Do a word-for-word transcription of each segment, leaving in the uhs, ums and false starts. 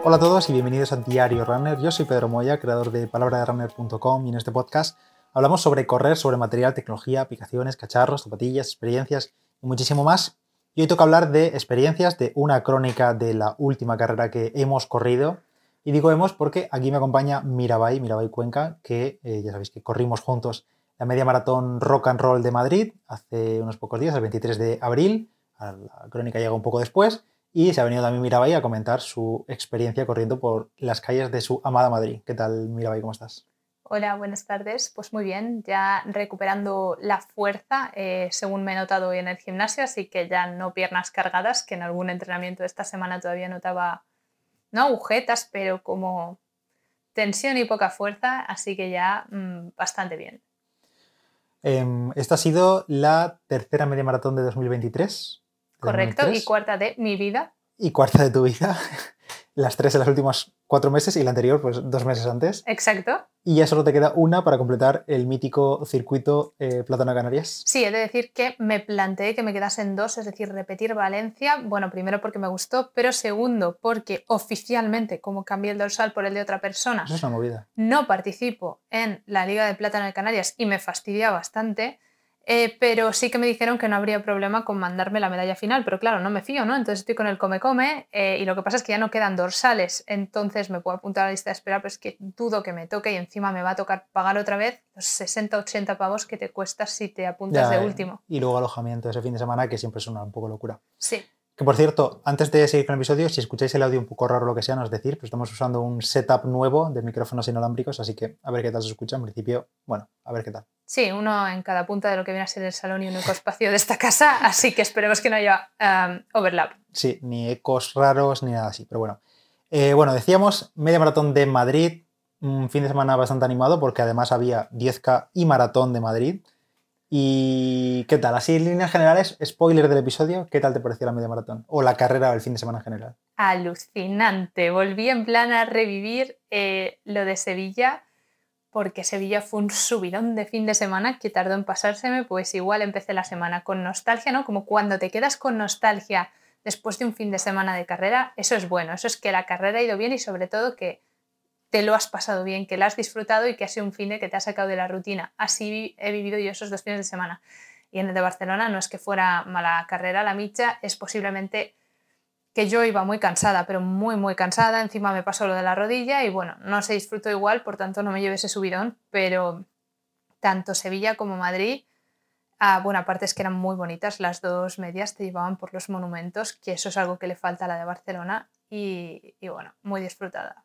Hola a todos y bienvenidos a Diario Runner. Yo soy Pedro Moya, creador de palabra de runner punto com, y en este podcast hablamos sobre correr, sobre material, tecnología, aplicaciones, cacharros, zapatillas, experiencias y muchísimo más. Y hoy toca hablar de experiencias, de una crónica de la última carrera que hemos corrido. Y digo hemos porque aquí me acompaña Mirabai, Mirabai Cuenca, que eh, ya sabéis que corrimos juntos la media maratón Rock and Roll de Madrid hace unos pocos días, el veintitrés de abril. La crónica llega un poco después. Y se ha venido también Mirabai a comentar su experiencia corriendo por las calles de su amada Madrid. ¿Qué tal, Mirabai? ¿Cómo estás? Hola, buenas tardes. Pues muy bien, ya recuperando la fuerza, eh, según me he notado hoy en el gimnasio, así que ya no piernas cargadas, que en algún entrenamiento de esta semana todavía notaba, no agujetas, pero como tensión y poca fuerza, así que ya mmm, bastante bien. Eh, esta ha sido la tercera media maratón de dos mil veintitrés. Correcto, y cuarta de mi vida. Y cuarta de tu vida. Las tres en los últimos cuatro meses y la anterior, pues dos meses antes. Exacto. Y ya solo te queda una para completar el mítico circuito eh, Plátano Canarias. Sí, he de decir que me planteé que me quedasen dos, es decir, repetir Valencia. Bueno, primero porque me gustó, pero segundo porque oficialmente, como cambié el dorsal por el de otra persona, Eso es una movida. No participo en la Liga de Plátano de Canarias y me fastidia bastante. Eh, pero sí que me dijeron que no habría problema con mandarme la medalla final, pero claro, no me fío, ¿no? Entonces estoy con el come-come eh, y lo que pasa es que ya no quedan dorsales, entonces me puedo apuntar a la lista de espera, pero es que dudo que me toque y encima me va a tocar pagar otra vez los sesenta ochenta pavos que te cuesta si te apuntas Ya, de último. Y luego alojamiento ese fin de semana, que siempre es una un poco locura. Sí. Que por cierto, antes de seguir con el episodio, si escucháis el audio un poco raro o lo que sea, nos decir, pues estamos usando un setup nuevo de micrófonos inalámbricos, así que a ver qué tal se escucha. En principio, bueno, a ver qué tal. Sí, uno en cada punta de lo que viene a ser el salón y un único espacio de esta casa, así que esperemos que no haya um, overlap. Sí, ni ecos raros ni nada así, pero bueno. Eh, bueno, decíamos, media maratón de Madrid, un fin de semana bastante animado porque además había diez K y maratón de Madrid. ¿Y qué tal? Así en líneas generales, spoiler del episodio, ¿qué tal te pareció la media maratón? O la carrera o el fin de semana en general. Alucinante. Volví en plan a revivir eh, lo de Sevilla, porque Sevilla fue un subidón de fin de semana que tardó en pasárseme, pues igual empecé la semana con nostalgia, ¿no? Como cuando te quedas con nostalgia después de un fin de semana de carrera, eso es bueno, eso es que la carrera ha ido bien y sobre todo que te lo has pasado bien, que la has disfrutado y que ha sido un fin de que te ha sacado de la rutina. Así he vivido yo esos dos fines de semana. Y en el de Barcelona no es que fuera mala carrera la micha, es posiblemente que yo iba muy cansada, pero muy muy cansada, encima me pasó lo de la rodilla y bueno, no se disfrutó igual, por tanto no me llevé ese subidón, pero tanto Sevilla como Madrid, ah, bueno, aparte es que eran muy bonitas, las dos medias te llevaban por los monumentos, que eso es algo que le falta a la de Barcelona y, y bueno, muy disfrutada.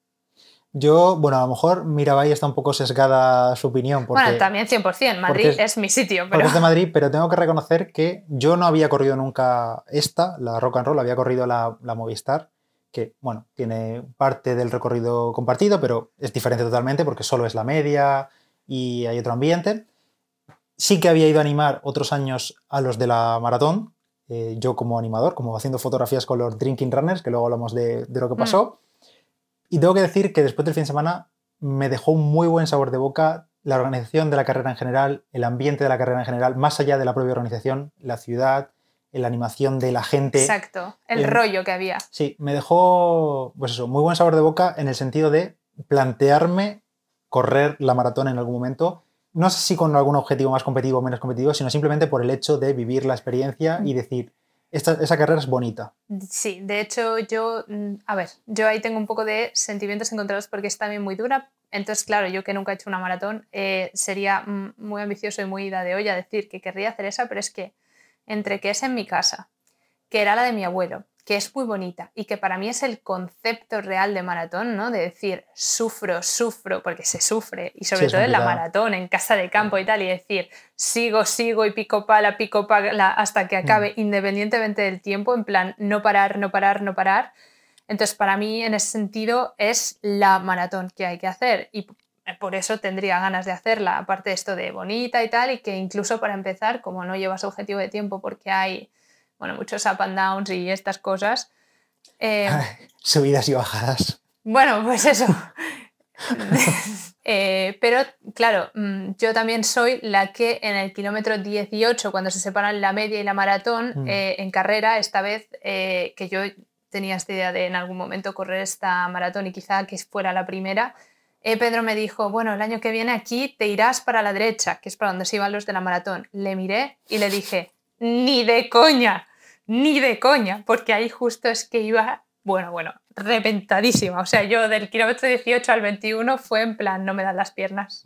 Yo, bueno, a lo mejor Mirabai está un poco sesgada su opinión. Porque, bueno, también cien por ciento, Madrid es, es mi sitio. Pero... Porque es de Madrid, pero tengo que reconocer que yo no había corrido nunca esta, la Rock and Roll, había corrido la, la Movistar, que, bueno, tiene parte del recorrido compartido, pero es diferente totalmente porque solo es la media y hay otro ambiente. Sí que había ido a animar otros años a los de la maratón, eh, yo como animador, como haciendo fotografías con los Drinking Runners, que luego hablamos de, de lo que pasó. Mm. Y tengo que decir que después del fin de semana me dejó un muy buen sabor de boca la organización de la carrera en general, el ambiente de la carrera en general, más allá de la propia organización, la ciudad, la animación de la gente. Exacto, el eh, rollo que había. Sí, me dejó, pues eso, muy buen sabor de boca en el sentido de plantearme correr la maratón en algún momento. No sé si con algún objetivo más competitivo o menos competitivo, sino simplemente por el hecho de vivir la experiencia y decir, esta, esa carrera es bonita. Sí, de hecho yo, a ver, yo ahí tengo un poco de sentimientos encontrados porque es también muy dura. Entonces, claro, yo que nunca he hecho una maratón, eh, sería muy ambicioso y muy ida de olla decir que querría hacer esa, pero es que entre que es en mi casa, que era la de mi abuelo, que es muy bonita y que para mí es el concepto real de maratón, ¿no? De decir, sufro, sufro, porque se sufre, y sobre sí, todo en la maratón, en casa de campo y tal, y decir, sigo, sigo y pico pala, pico pala hasta que acabe, mm. independientemente del tiempo, en plan, no parar, no parar, no parar. Entonces, para mí, en ese sentido, es la maratón que hay que hacer y por eso tendría ganas de hacerla, aparte de esto de bonita y tal, y que incluso para empezar, como no llevas objetivo de tiempo porque hay... bueno, muchos up and downs y estas cosas. Eh, Subidas y bajadas. Bueno, pues eso. eh, pero, claro, yo también soy la que en el kilómetro dieciocho, cuando se separan la media y la maratón, mm. eh, en carrera, esta vez eh, que yo tenía esta idea de en algún momento correr esta maratón y quizá que fuera la primera, eh, Pedro me dijo, bueno, el año que viene aquí te irás para la derecha, que es para donde se iban los de la maratón. Le miré y le dije, ni de coña, ni de coña, porque ahí justo es que iba, bueno, bueno, reventadísima. O sea, yo del kilómetro dieciocho al veintiuno fue en plan, no me dan las piernas.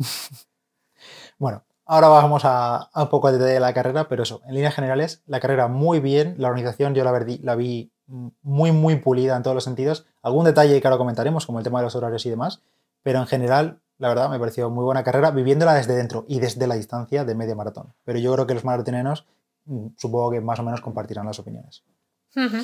Bueno, ahora vamos a, a un poco de detalle de la carrera, pero eso, en líneas generales, la carrera muy bien, la organización yo la, verdi, la vi muy, muy pulida en todos los sentidos. Algún detalle que ahora comentaremos, como el tema de los horarios y demás, pero en general, la verdad, me pareció muy buena carrera, viviéndola desde dentro y desde la distancia de media maratón. Pero yo creo que los maratoneros supongo que más o menos compartirán las opiniones. Uh-huh.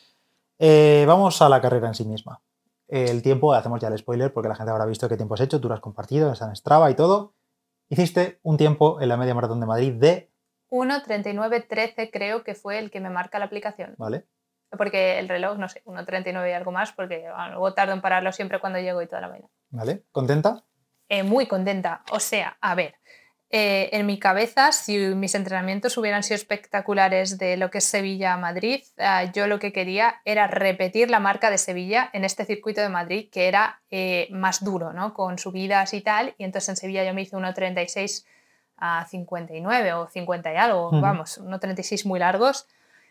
Eh, vamos a la carrera en sí misma. El tiempo, hacemos ya el spoiler porque la gente habrá visto qué tiempo has hecho, tú lo has compartido, está en Strava y todo. Hiciste un tiempo en la media maratón de Madrid de... uno treinta y nueve trece creo que fue el que me marca la aplicación. Vale. Porque el reloj, no sé, uno treinta y nueve y algo más, porque bueno, luego tardo en pararlo siempre cuando llego y toda la vaina. Vale. ¿Contenta? Eh, muy contenta. O sea, a ver, eh, en mi cabeza, si mis entrenamientos hubieran sido espectaculares de lo que es Sevilla a Madrid, eh, yo lo que quería era repetir la marca de Sevilla en este circuito de Madrid, que era eh, más duro, ¿no? Con subidas y tal. Y entonces en Sevilla yo me hice uno treinta y seis a cincuenta y nueve o cincuenta y algo, uh-huh. Vamos, uno treinta y seis muy largos.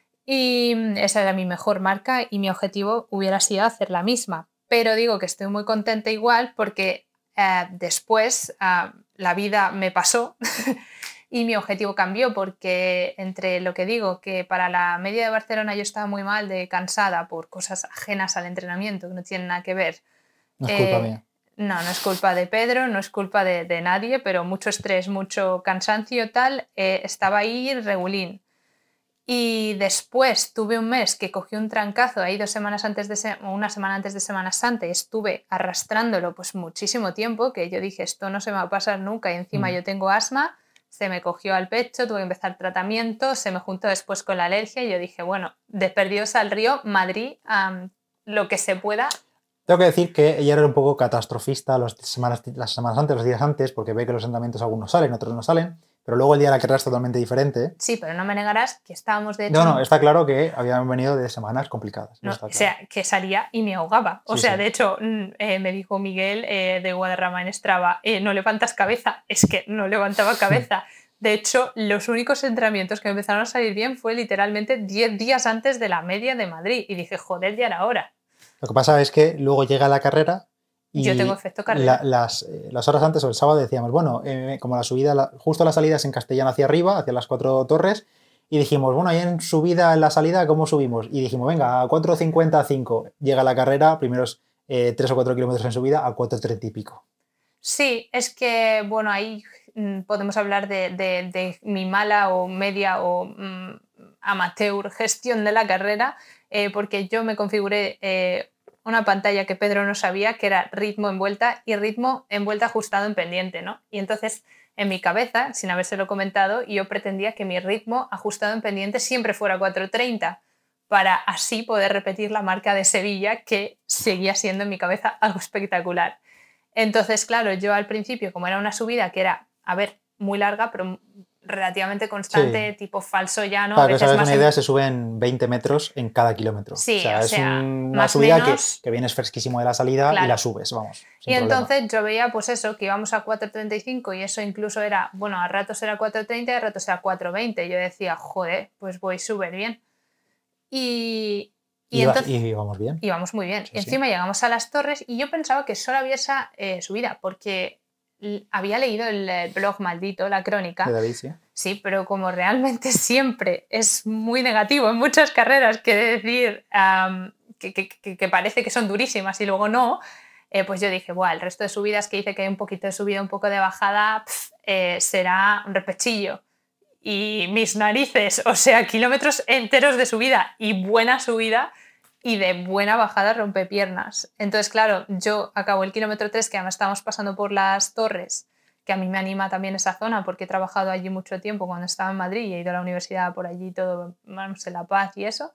Y esa era mi mejor marca y mi objetivo hubiera sido hacer la misma. Pero digo que estoy muy contenta igual porque eh, después eh, la vida me pasó y mi objetivo cambió porque entre lo que digo, que para la media de Barcelona yo estaba muy mal de cansada por cosas ajenas al entrenamiento que no tienen nada que ver. No es culpa eh, mía. No, no es culpa de Pedro, no es culpa de, de nadie, pero mucho estrés, mucho cansancio tal, eh, estaba ahí regulín. Y después tuve un mes que cogí un trancazo ahí dos semanas antes de se- una semana antes de Semana Santa y estuve arrastrándolo pues muchísimo tiempo, que yo dije esto no se me va a pasar nunca y encima mm. yo tengo asma, se me cogió al pecho, tuve que empezar tratamiento, se me juntó después con la alergia y yo dije bueno, de perdidos al río, Madrid, um, lo que se pueda. Tengo que decir que ella era un poco catastrofista las semanas, las semanas antes, los días antes, porque ve que los entrenamientos algunos salen, otros no salen. Pero luego el día de la carrera es totalmente diferente. Sí, pero no me negarás que estábamos de hecho... No, no, está claro que habían venido de semanas complicadas. No, está claro. O sea, que salía y me ahogaba. O sí, sea, sí. de hecho, eh, me dijo Miguel eh, de Guadarrama en Strava, eh, no levantas cabeza. Es que no levantaba cabeza. De hecho, los únicos entrenamientos que me empezaron a salir bien fue literalmente diez días antes de la media de Madrid. Y dije, joder, ya era hora. Lo que pasa es que luego llega la carrera y yo tengo efecto carrera. La, las, eh, las horas antes o el sábado decíamos, bueno, eh, como la subida, la, justo la salida es en Castellana hacia arriba, hacia las cuatro torres, y dijimos, bueno, ahí en subida, en la salida, ¿cómo subimos? Y dijimos, venga, a cuatro cincuenta a cinco. Llega la carrera, primeros eh, tres o cuatro kilómetros en subida, a cuatro treinta y pico. Sí, es que, bueno, ahí mm, podemos hablar de, de, de mi mala o media o mm, amateur gestión de la carrera, eh, porque yo me configuré... Eh, una pantalla que Pedro no sabía, que era ritmo en vuelta y ritmo en vuelta ajustado en pendiente, ¿no? Y entonces, en mi cabeza, sin habérselo comentado, yo pretendía que mi ritmo ajustado en pendiente siempre fuera cuatro treinta, para así poder repetir la marca de Sevilla, que seguía siendo en mi cabeza algo espectacular. Entonces, claro, yo al principio, como era una subida que era, a ver, muy larga, pero relativamente constante, sí. Tipo falso llano. Para que os hagáis una idea, en... se suben veinte metros en cada kilómetro. Sí, o sea, o es sea, un, una más subida menos... que, que vienes fresquísimo de la salida, claro. Y la subes, vamos. Y entonces problema. Yo veía pues eso, que íbamos a cuatro treinta y cinco y eso incluso era, bueno, a ratos era cuatro treinta y a ratos era cuatro veinte. Yo decía, joder, pues voy súper bien. Y... Y, Iba, entonces, y íbamos bien. Íbamos muy bien. Sí, Encima sí. llegamos a las torres y yo pensaba que solo había esa eh, subida, porque había leído el blog maldito, la crónica. De David, sí. Sí, pero como realmente siempre es muy negativo en muchas carreras, que decir um, que, que, que parece que son durísimas y luego no, eh, pues yo dije, bueno, el resto de subidas que dice que hay un poquito de subida, un poco de bajada, pff, eh, será un repechillo. Y mis narices, o sea, kilómetros enteros de subida y buena subida y de buena bajada rompepiernas. Entonces, claro, yo acabo el kilómetro tres, que además estábamos pasando por las torres, que a mí me anima también esa zona porque he trabajado allí mucho tiempo cuando estaba en Madrid y he ido a la universidad por allí todo, vamos, en La Paz y eso.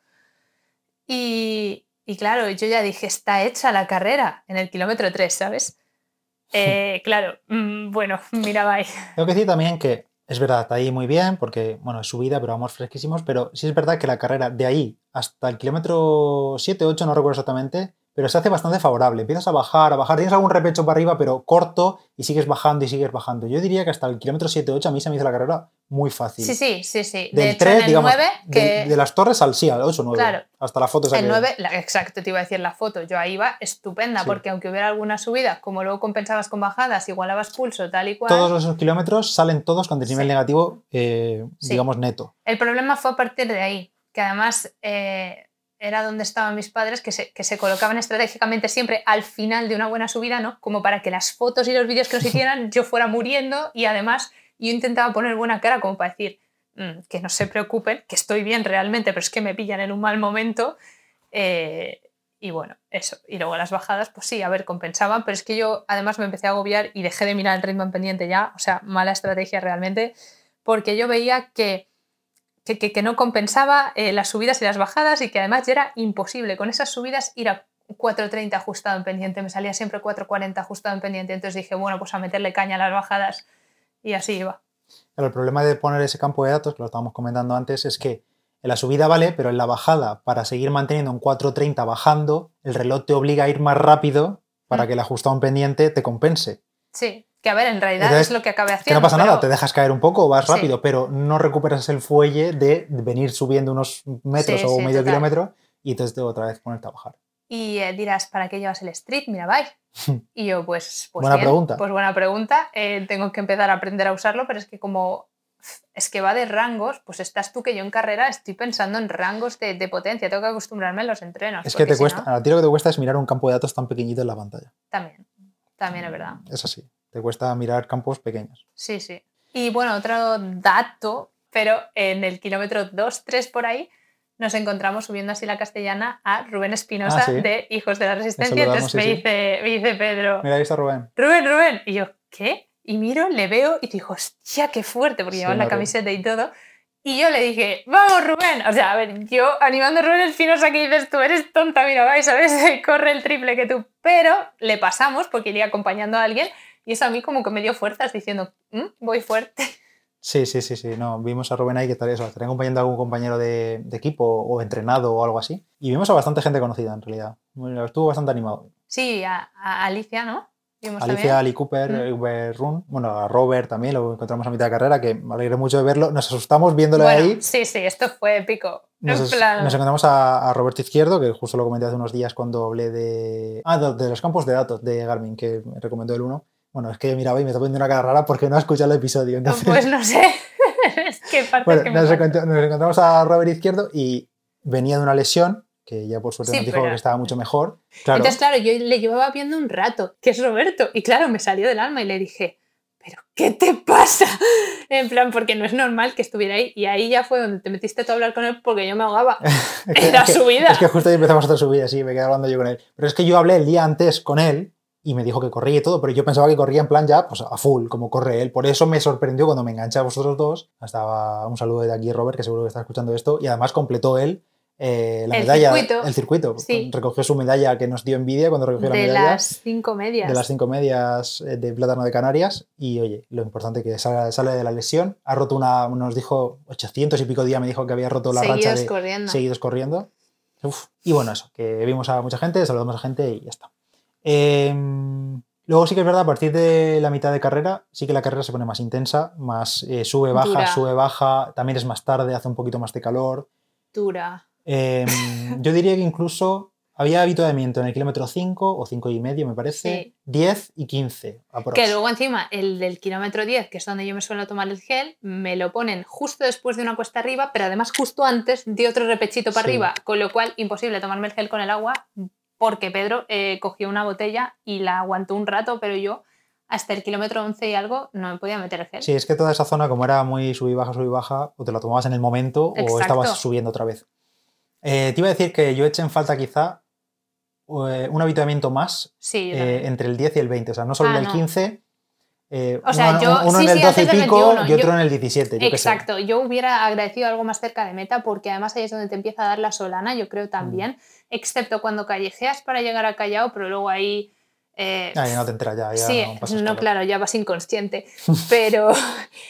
Y, y claro, yo ya dije, está hecha la carrera en el kilómetro tres, ¿sabes? Eh, claro, mmm, bueno, mira, bye. Tengo que decir también que es verdad, está ahí muy bien porque, bueno, es subida, pero vamos fresquísimos, pero sí es verdad que la carrera de ahí hasta el kilómetro siete, ocho, no recuerdo exactamente, pero se hace bastante favorable. Empiezas a bajar, a bajar, tienes algún repecho para arriba, pero corto, y sigues bajando y sigues bajando. Yo diría que hasta el kilómetro siete, ocho a mí se me hizo la carrera muy fácil. Sí, sí, sí, sí. Del de hecho, tres, en el digamos, nueve, que... de, de las torres al sí, al ocho, nueve. Claro. Hasta la foto esa El que... nueve, la, exacto, te iba a decir la foto. Yo ahí iba estupenda, Sí. porque aunque hubiera alguna subida, como luego compensabas con bajadas, igualabas pulso, tal y cual. Todos esos kilómetros salen todos con desnivel Sí. negativo, eh, Sí. digamos, neto. El problema fue a partir de ahí, que además eh, era donde estaban mis padres, que se, que se colocaban estratégicamente siempre al final de una buena subida, ¿no? Como para que las fotos y los vídeos que nos hicieran yo fuera muriendo, y además yo intentaba poner buena cara como para decir mmm, que no se preocupen, que estoy bien realmente, pero es que me pillan en un mal momento. Eh, y bueno, eso. Y luego las bajadas, pues sí, a ver, compensaban, pero es que yo además me empecé a agobiar y dejé de mirar el ritmo en pendiente ya, o sea, mala estrategia realmente, porque yo veía que Que, que, que no compensaba eh, las subidas y las bajadas, y que además ya era imposible con esas subidas ir a cuatro treinta ajustado en pendiente, me salía siempre cuatro cuarenta ajustado en pendiente, entonces dije, bueno, pues a meterle caña a las bajadas, y así iba. Pero el problema de poner ese campo de datos, que lo estábamos comentando antes, es que en la subida vale, pero en la bajada, para seguir manteniendo un cuatro treinta bajando, el reloj te obliga a ir más rápido para mm. que el ajustado en pendiente te compense. Sí. Que a ver, en realidad Entonces, es lo que acabé haciendo. Que no pasa pero... nada, te dejas caer un poco o vas sí. rápido, pero no recuperas el fuelle de venir subiendo unos metros sí, o sí, medio total. kilómetro y entonces otra vez ponerte a bajar. Y eh, dirás, ¿para qué llevas el Street? Mira, bye. Y yo, pues, pues buena bien, pregunta. Pues buena pregunta. Eh, tengo que empezar a aprender a usarlo, pero es que como es que va de rangos, pues estás tú que yo en carrera estoy pensando en rangos de, de potencia. Tengo que acostumbrarme a los entrenos. Es que te si cuesta, no... a ti lo que te cuesta es mirar un campo de datos tan pequeñito en la pantalla. También, también es verdad. Es así, te cuesta mirar campos pequeños. Sí, sí. Y bueno, otro dato, pero en el kilómetro dos tres por ahí, nos encontramos subiendo así la castellana a Rubén Espinosa, ah, ¿sí? de Hijos de la Resistencia. Entonces sí, me, sí. Dice, me dice Pedro, mira, ahí está Rubén. Rubén, Rubén. Y yo, ¿qué? Y miro, le veo y digo, hostia, qué fuerte, porque Sí, llevan la no, camiseta y todo. Y yo le dije, vamos, Rubén. O sea, a ver, yo animando a Rubén Espinosa, que dices tú, eres tonta, mira, vais, ¿sabes? Corre el triple que tú. Pero le pasamos porque iría acompañando a alguien, y eso a mí como que me dio fuerzas diciendo, ¿Mm? voy fuerte. Sí, sí, sí, sí. No, vimos a Rubén ahí que estaría, eso, estaría acompañando a algún compañero de, de equipo o entrenado o algo así. Y vimos a bastante gente conocida en realidad. Estuvo bastante animado. Sí, a, a Alicia, ¿no? Vimos Alicia, también. Ali Cooper, mm. Uber Run, bueno, a Robert también lo encontramos a mitad de carrera, que me alegré mucho de verlo. Nos asustamos viéndolo bueno, ahí. Sí, sí, esto fue épico. Nos, en plan... nos encontramos a, a Roberto Izquierdo, que justo lo comenté hace unos días cuando hablé de. Ah, de, de los campos de datos de Garmin, que me recomendó el uno. Bueno, es que yo miraba y me está poniendo una cara rara porque no ha escuchado el episodio. Entonces... Pues no sé. Es que parte bueno, que me nos, encontramos, nos encontramos a Robert Izquierdo y venía de una lesión, que ya por suerte sí, nos dijo pero... que estaba mucho mejor. Claro. Entonces, claro, yo le llevaba viendo un rato, que es Roberto, y claro, me salió del alma y le dije, ¿pero qué te pasa? En plan, porque no es normal que estuviera ahí. Y ahí ya fue donde te metiste tú a hablar con él porque yo me ahogaba. es que, Era es que, subida. Es que justo ahí empezamos a hacer subida, sí, me quedé hablando yo con él. Pero es que yo hablé el día antes con él y me dijo que corría y todo, pero yo pensaba que corría en plan ya pues, a full, como corre él. Por eso me sorprendió cuando me enganché a vosotros dos. Hasta un saludo de aquí, Robert, que seguro que está escuchando esto. Y además completó él eh, la el medalla, circuito. el circuito. Sí. Recogió su medalla, que nos dio envidia cuando recogió de la medalla. De las cinco medias. De las cinco medias de plátano de Canarias. Y oye, lo importante que sale, sale de la lesión. Ha roto una, nos dijo, ochocientos y pico días me dijo que había roto la seguidos racha de corriendo. seguidos corriendo. Uf. Y bueno, eso, que vimos a mucha gente, saludamos a gente y ya está. Eh, luego sí que es verdad, a partir de la mitad de carrera, sí que la carrera se pone más intensa, más eh, sube, baja, Dura. sube, baja, también es más tarde, hace un poquito más de calor. Dura. Eh, yo diría que incluso había avituallamiento en el kilómetro cinco o cinco y medio, me parece, sí. diez y quince. Aprox. Que luego encima el del kilómetro diez, que es donde yo me suelo tomar el gel, me lo ponen justo después de una cuesta arriba, pero además justo antes de otro repechito para sí. arriba, con lo cual imposible tomarme el gel con el agua, porque Pedro eh, cogió una botella y la aguantó un rato, pero yo hasta el kilómetro once y algo no me podía meter el gel. Sí, es que toda esa zona, como era muy sub y baja, sub y baja, o te la tomabas en el momento Exacto. o estabas subiendo otra vez. Eh, te iba a decir que yo eché en falta quizá eh, un avituallamiento más sí, eh, entre el diez y el veinte, o sea, no solo ah, en el no. quince, eh, o sea, uno, yo, uno sí, en el sí, doce y pico veintiuno. y otro yo, en el diecisiete. Yo exacto, qué sé. Yo hubiera agradecido algo más cerca de meta porque además ahí es donde te empieza a dar la solana, yo creo también, mm. excepto cuando callejeas para llegar a Callao, pero luego ahí... Eh, ah, ya no te enteras, ya, ya sí, no pasas no, calor. claro, ya vas inconsciente, pero...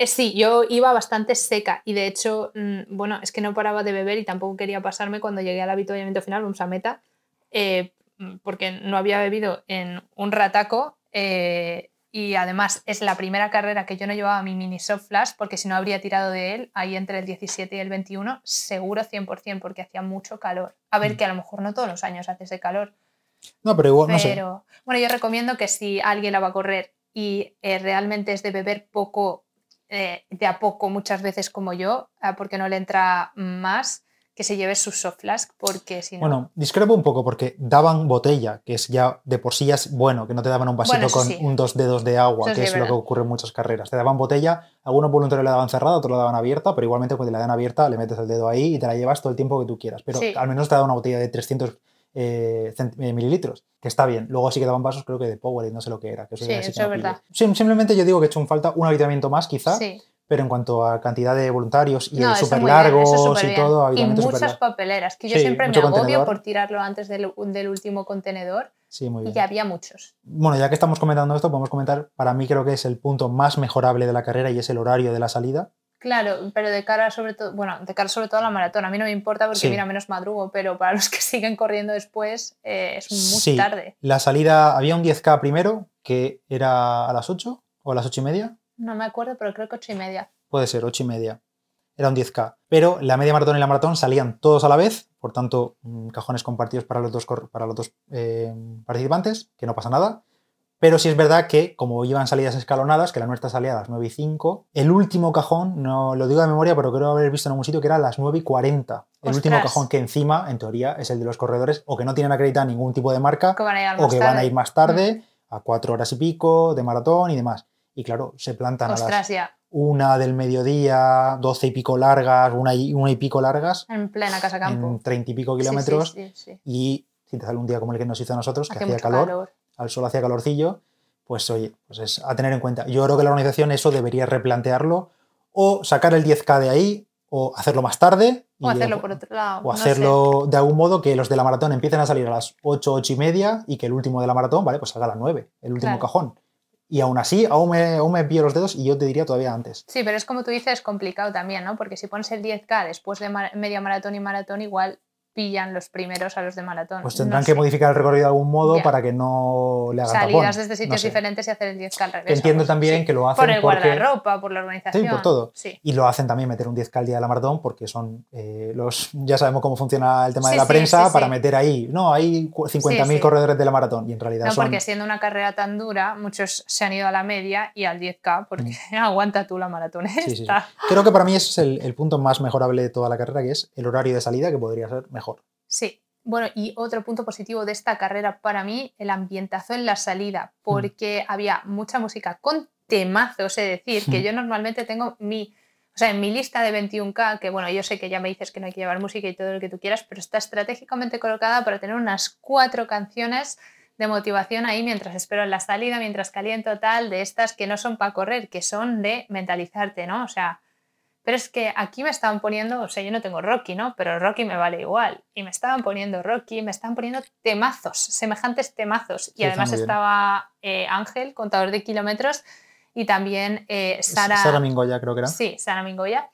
Eh, sí, yo iba bastante seca y de hecho, mmm, bueno, es que no paraba de beber y tampoco quería pasarme cuando llegué al avituallamiento final, vamos a meta, eh, porque no había bebido en un rataco eh, y además es la primera carrera que yo no llevaba mi mini soft flask porque si no habría tirado de él ahí entre el diecisiete y el veintiuno, seguro cien por ciento porque hacía mucho calor. A ver, que a lo mejor no todos los años hace ese calor. No, pero igual, pero, no sé. Bueno, yo recomiendo que si alguien la va a correr y eh, realmente es de beber poco, eh, de a poco muchas veces como yo, eh, porque no le entra más, que se lleve sus soft flask, porque si no... Bueno, discrepo un poco porque daban botella, que es ya de por sí ya es bueno, que no te daban un vasito Bueno, eso con sí. un dos dedos de agua, Eso que sí, es es lo que verdad. ocurre en muchas carreras. Te daban botella, algunos voluntarios la daban cerrada, otros la daban abierta, pero igualmente cuando te la dan abierta le metes el dedo ahí y te la llevas todo el tiempo que tú quieras. Pero Sí. al menos te daban una botella de trescientos eh, cent- eh, mililitros, que está bien. Luego sí que daban vasos, creo que de Powerade, no sé lo que era. Que eso Sí, ya sí que eso no es pillé. verdad. Sim- simplemente yo digo que he hecho un falta un habituamiento más, quizá. Sí. Pero en cuanto a cantidad de voluntarios y No, eso súper muy bien, eso largos súper y bien. todo, Y habituamientos súper muchas largos. papeleras, que yo Sí, siempre me mucho agobio contenedor. por tirarlo antes del, del último contenedor. Sí, muy bien. Y ya había muchos. Bueno, ya que estamos comentando esto, podemos comentar, para mí creo que es el punto más mejorable de la carrera y es el horario de la salida. Claro, pero de cara sobre todo, bueno, de cara sobre todo a la maratón. A mí no me importa porque, Sí. mira, menos madrugo, pero para los que siguen corriendo después eh, es muy Sí. tarde. La salida, había un diez K primero, que era a las ocho o a las ocho y media. No me acuerdo, pero creo que ocho y media. Puede ser, ocho y media. Era un diez K. Pero la media maratón y la maratón salían todos a la vez, por tanto, cajones compartidos para los dos, para los dos eh, participantes, que no pasa nada. Pero sí es verdad que, como iban salidas escalonadas, que la nuestra salía a las nueve y cinco, el último cajón, no lo digo de memoria, pero creo haber visto en algún sitio que era a las nueve y cuarenta. El Ostras. último cajón que encima, en teoría, es el de los corredores o que no tienen acreditada ningún tipo de marca que van a ir o que tarde. van a ir más tarde, mm. a cuatro horas y pico de maratón y demás. Y claro, se plantan Ostras, a las ya. una del mediodía, doce y pico largas, una y, una y pico largas. En plena casa campo. En treinta y pico kilómetros. Sí, sí, sí, sí. Y si te sale un día como el que nos hizo a nosotros, que Hace hacía mucho calor, calor, al sol hacía calorcillo, pues oye, pues es a tener en cuenta. Yo creo que la organización eso debería replantearlo o sacar el diez K de ahí o hacerlo más tarde. O y, hacerlo por otro lado. O hacerlo no sé. de algún modo que los de la maratón empiecen a salir a las ocho, ocho y media y que el último de la maratón, vale, pues salga a las nueve, el último Claro. cajón. Y aún así, aún me, aún me pillo los dedos y yo te diría todavía antes. Sí, pero es como tú dices, complicado también, ¿no? Porque si pones el diez K después de mar- media maratón y maratón, igual pillan los primeros a los de maratón. Pues tendrán no que sé. modificar el recorrido de algún modo Ya. para que no le hagan Salidas tapón. desde sitios No sé. diferentes y hacer el diez K al revés. Que entiendo vamos. también Sí. que lo hacen por el porque... guardarropa, por la organización. Sí, por todo. Sí. Y lo hacen también meter un diez K al día de la maratón porque son eh, los... Ya sabemos cómo funciona el tema Sí, de la sí, prensa sí, para sí. meter ahí... No, hay cincuenta mil Sí, sí. corredores de la maratón y en realidad No, son... porque siendo una carrera tan dura, muchos se han ido a la media y al diez K porque Mm. aguanta tú la maratón esta. Sí, sí, sí. Creo que para mí ese es el, el punto más mejorable de toda la carrera, que es el horario de salida, que podría ser mejor. Sí. Bueno, y otro punto positivo de esta carrera para mí, el ambientazo en la salida, porque mm. había mucha música con temazos, es decir, que yo normalmente tengo mi, o sea, en mi lista de veintiuno K, que bueno, yo sé que ya me dices que no hay que llevar música y todo lo que tú quieras, pero está estratégicamente colocada para tener unas cuatro canciones de motivación ahí mientras espero en la salida, mientras caliento tal, de estas que no son para correr, que son de mentalizarte, ¿no? O sea... Pero es que aquí me estaban poniendo, o sea, yo no tengo Rocky, ¿no? Pero Rocky me vale igual. Y me estaban poniendo Rocky, me estaban poniendo temazos, semejantes temazos. Y sí, además estaba eh, Ángel, contador de kilómetros, y también eh, Sara... Sara Mingoya, creo que era. Sí, Sara Mingoya,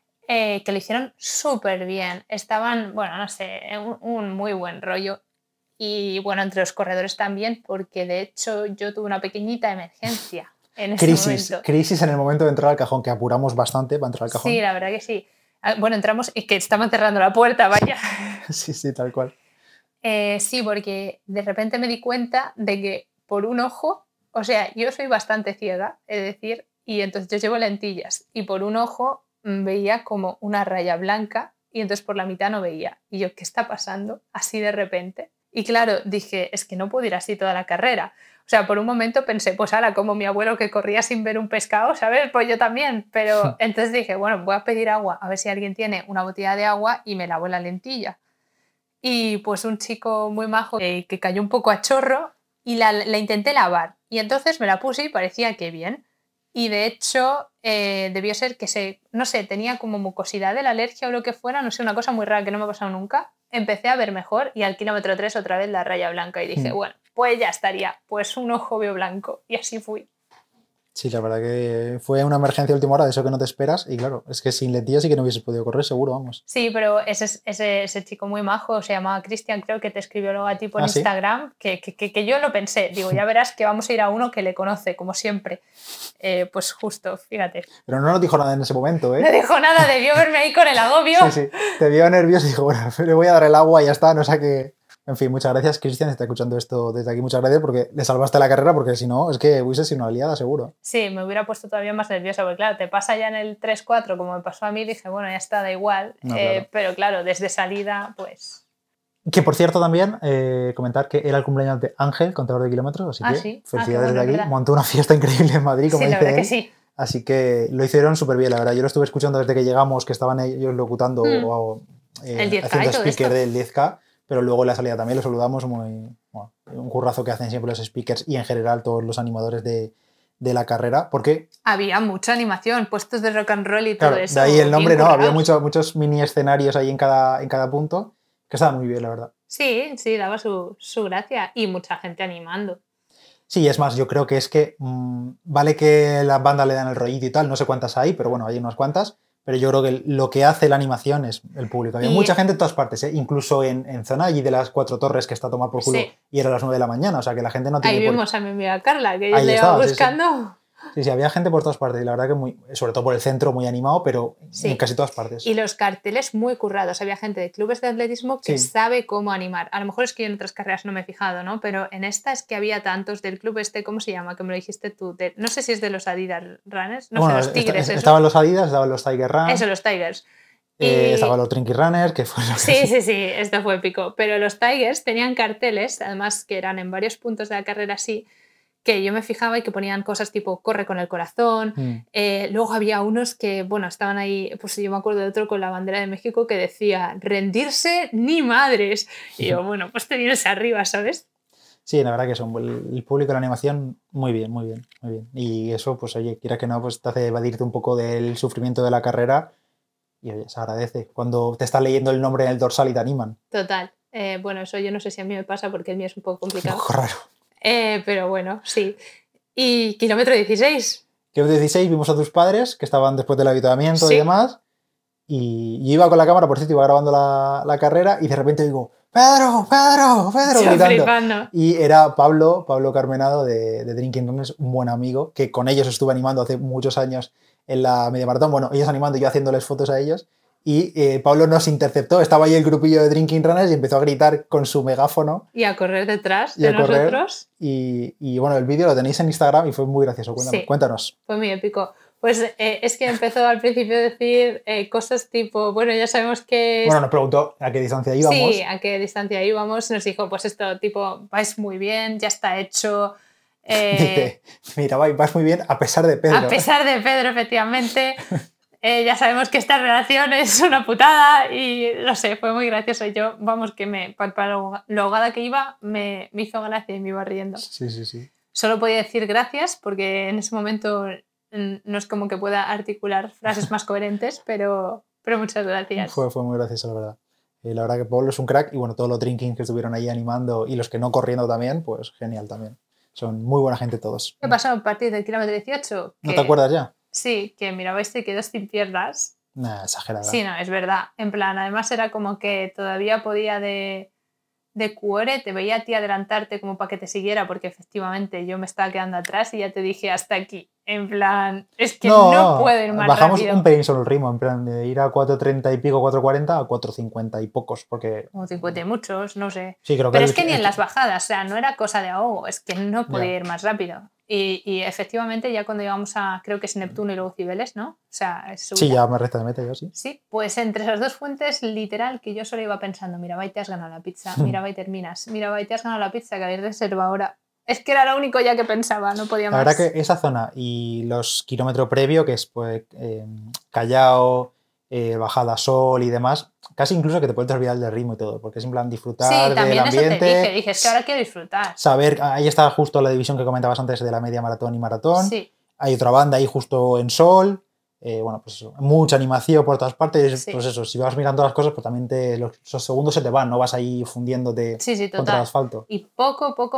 eh, que lo hicieron súper bien. Estaban, bueno, no sé, un, un muy buen rollo. Y bueno, entre los corredores también, porque de hecho yo tuve una pequeñita emergencia. En ese crisis, momento. crisis en el momento de entrar al cajón, que apuramos bastante para entrar al cajón. Sí, la verdad que sí. Bueno, entramos y que estaban cerrando la puerta, vaya. Sí, sí, tal cual. Eh, sí, porque de repente me di cuenta de que por un ojo, o sea, yo soy bastante ciega, es decir, y entonces yo llevo lentillas y por un ojo veía como una raya blanca y entonces por la mitad no veía. Y yo, ¿qué está pasando? Así de repente. Y claro, dije, es que no puedo ir así toda la carrera. O sea, por un momento pensé, pues ahora como mi abuelo que corría sin ver un pescado, ¿sabes? Pues yo también. Pero entonces dije, bueno, voy a pedir agua, a ver si alguien tiene una botella de agua y me lavo la lentilla. Y pues un chico muy majo eh, que cayó un poco a chorro y la, la intenté lavar. Y entonces me la puse y parecía que bien. Y de hecho eh, debió ser que se, no sé, tenía como mucosidad de la alergia o lo que fuera, no sé, una cosa muy rara que no me ha pasado nunca. Empecé a ver mejor y al kilómetro tres otra vez la raya blanca y dije, mm. bueno, pues ya estaría, pues un ojo veo blanco y así fui. Sí, la verdad que fue una emergencia de última hora, de eso que no te esperas. Y claro, es que sin Letía sí que no hubieses podido correr, seguro, vamos. Sí, pero ese, ese, ese chico muy majo, se llamaba Cristian, creo que te escribió luego a ti por ¿Ah, sí? Instagram, que, que, que yo lo pensé. Digo, ya verás que vamos a ir a uno que le conoce, como siempre. Eh, pues justo, fíjate. Pero no nos dijo nada en ese momento, ¿eh? No dijo nada, debió verme ahí con el agobio. Sí, sí. Te vio nervioso y dijo, bueno, le voy a dar el agua y ya está, no sé qué. En fin, muchas gracias, Cristian, si está escuchando esto desde aquí, muchas gracias porque le salvaste la carrera, porque si no, es que hubiese sido una aliada, seguro. Sí, me hubiera puesto todavía más nerviosa, porque claro, te pasa ya en el tres cuatro, como me pasó a mí, dije, bueno, ya está, da igual. No, eh, claro. Pero claro, desde salida, pues... Que por cierto también, eh, comentar que era el cumpleaños de Ángel, contador de kilómetros, así Ah, que sí. felicidades Ah, qué bueno, desde aquí. ¿verdad? Montó una fiesta increíble en Madrid, como Sí, la dice verdad él. que sí. Así que lo hicieron súper bien, la verdad. Yo lo estuve escuchando desde que llegamos, que estaban ellos locutando Mm. o eh, El diez K haciendo y todo speaker esto. del diez K, pero luego en la salida también lo saludamos, muy, bueno, un currazo que hacen siempre los speakers y en general todos los animadores de, de la carrera, porque... Había mucha animación, puestos de rock and roll y Claro, todo eso. de ahí el nombre, bien ¿no? Había currados. mucho, muchos mini escenarios ahí en cada, en cada punto, que estaba muy bien, la verdad. Sí, sí, daba su, su gracia y mucha gente animando. Sí, es más, yo creo que es que mmm, vale que las bandas le dan el rollito y tal, no sé cuántas hay, pero bueno, hay unas cuantas, pero yo creo que lo que hace la animación es el público. Hay Y- mucha gente en todas partes, ¿eh? Incluso en, en zona allí de las cuatro torres que está a tomar por culo Sí. y era las nueve de la mañana, o sea que la gente no tiene Ahí por... vimos a mi amiga Carla, que yo Ahí le iba estaba, sí, sí. buscando. Sí, sí, había gente por todas partes y la verdad que muy, sobre todo por el centro, muy animado, pero Sí. en casi todas partes. Y los carteles muy currados. Había gente de clubes de atletismo que Sí. sabe cómo animar. A lo mejor es que yo en otras carreras no me he fijado, ¿no? Pero en esta es que había tantos del club este, ¿cómo se llama? Que me lo dijiste tú. De- no sé si es de los Adidas Runners. No bueno, sé, los Tigres. est- Eso. estaban los Adidas, estaban los Tiger Run, Eso, los Tigers. eh, Y- estaban los Trinky Runners, que fue lo que... Sí, sí, sí, esto fue épico. Pero los Tigers tenían carteles, además que eran en varios puntos de la carrera así, que yo me fijaba y que ponían cosas tipo corre con el corazón. Mm. Eh, luego había unos que, bueno, estaban ahí, pues yo me acuerdo de otro con la bandera de México que decía rendirse ni madres. Y yo, bueno, pues te vienes arriba, ¿sabes? Sí, la verdad que son el, el público de la animación muy bien, muy bien, muy bien. Y eso, pues oye, quiera que no, pues te hace evadirte un poco del sufrimiento de la carrera y oye, se agradece cuando te estás leyendo el nombre en el dorsal y te animan. Total. Eh, bueno, eso yo no sé si a mí me pasa porque el mío es un poco Un complicado. poco raro. Eh, pero bueno, sí. Y kilómetro dieciséis. Kilómetro dieciséis vimos a tus padres que estaban después del avituallamiento Sí. y demás. Y yo iba con la cámara, por cierto, iba grabando la, la carrera y de repente digo, ¡Pedro! ¡Pedro! ¡Pedro! Yo gritando. flipando. Y era Pablo, Pablo Carmenado de, de Drinking Runners, un buen amigo, que con ellos estuve animando hace muchos años en la media maratón. Bueno, ellos animando y yo haciéndoles fotos a ellos. Y eh, Pablo nos interceptó, estaba ahí el grupillo de Drinking Runners y empezó a gritar con su megáfono. Y a correr detrás Y de a correr. nosotros. Y, y bueno, el vídeo lo tenéis en Instagram y fue muy gracioso. Cuéntanos. Sí. Cuéntanos. Fue muy épico. Pues eh, es que empezó al principio a decir eh, cosas tipo, bueno, ya sabemos que... Bueno, nos preguntó a qué distancia íbamos. Sí, a qué distancia íbamos. Nos dijo, pues esto, tipo, vais muy bien, ya está hecho. Eh, Dice, mira, vai, vas muy bien a pesar de Pedro. a pesar de Pedro, efectivamente. Eh, ya sabemos que esta relación es una putada y no sé, fue muy gracioso. Yo, vamos, que me, para, para lo, lo ahogada que iba, me, me hizo gracia y me iba riendo. Sí, sí, sí. Solo podía decir gracias porque en ese momento mm, no es como que pueda articular frases más coherentes, pero, pero muchas gracias. Fue, fue muy gracioso, la verdad. Eh, la verdad que Pablo es un crack y bueno, todos los Drinking que estuvieron ahí animando y los que no corriendo también, pues genial también. Son muy buena gente todos. ¿Qué pasó a partir del kilómetro dieciocho? ¿No Que- te acuerdas ya? Sí, que mirabais te quedó sin piernas. Nah, exagerada. Sí, no, es verdad. En plan, además era como que todavía podía de, de cuore, te veía a ti adelantarte como para que te siguiera, porque efectivamente yo me estaba quedando atrás y ya te dije hasta aquí. En plan, es que no, puedo ir más bajamos rápido. un pelín solo el ritmo, en plan de ir a cuatro treinta y pico, cuatro cuarenta a cuatro cincuenta y pocos, porque Como cincuenta y muchos, no sé. sí, creo que Pero el- es que ni en el- las bajadas, o sea, no era cosa de ahogo, es que no podía Ya. ir más rápido. Y, y efectivamente ya cuando llegamos a, creo que es Neptuno y luego Cibeles, ¿no? O sea, es Sí, subida. ya me resta de meta yo, sí. Sí, pues entre esas dos fuentes, literal, que yo solo iba pensando, mira, va y te has ganado la pizza, mira, va y terminas, mira, va y te has ganado la pizza que habéis reservado ahora. Es que era lo único ya que pensaba, no podía La más. verdad que esa zona y los kilómetros previo, que es pues eh, Callao, eh, Bajada Sol y demás, casi incluso que te puedes olvidar del ritmo y todo, porque es en plan disfrutar Sí, del también eso ambiente. te dije, dije, es que ahora quiero disfrutar. Saber, ahí está justo la división que comentabas antes de la media maratón y maratón. Sí, Hay otra banda ahí justo en Sol. Eh, bueno, pues eso, mucha animación por todas partes. Sí. Pues eso, si vas mirando las cosas, pues también te, los, esos segundos se te van, no vas ahí fundiéndote sí, sí, contra el total. asfalto. Y poco a poco miré.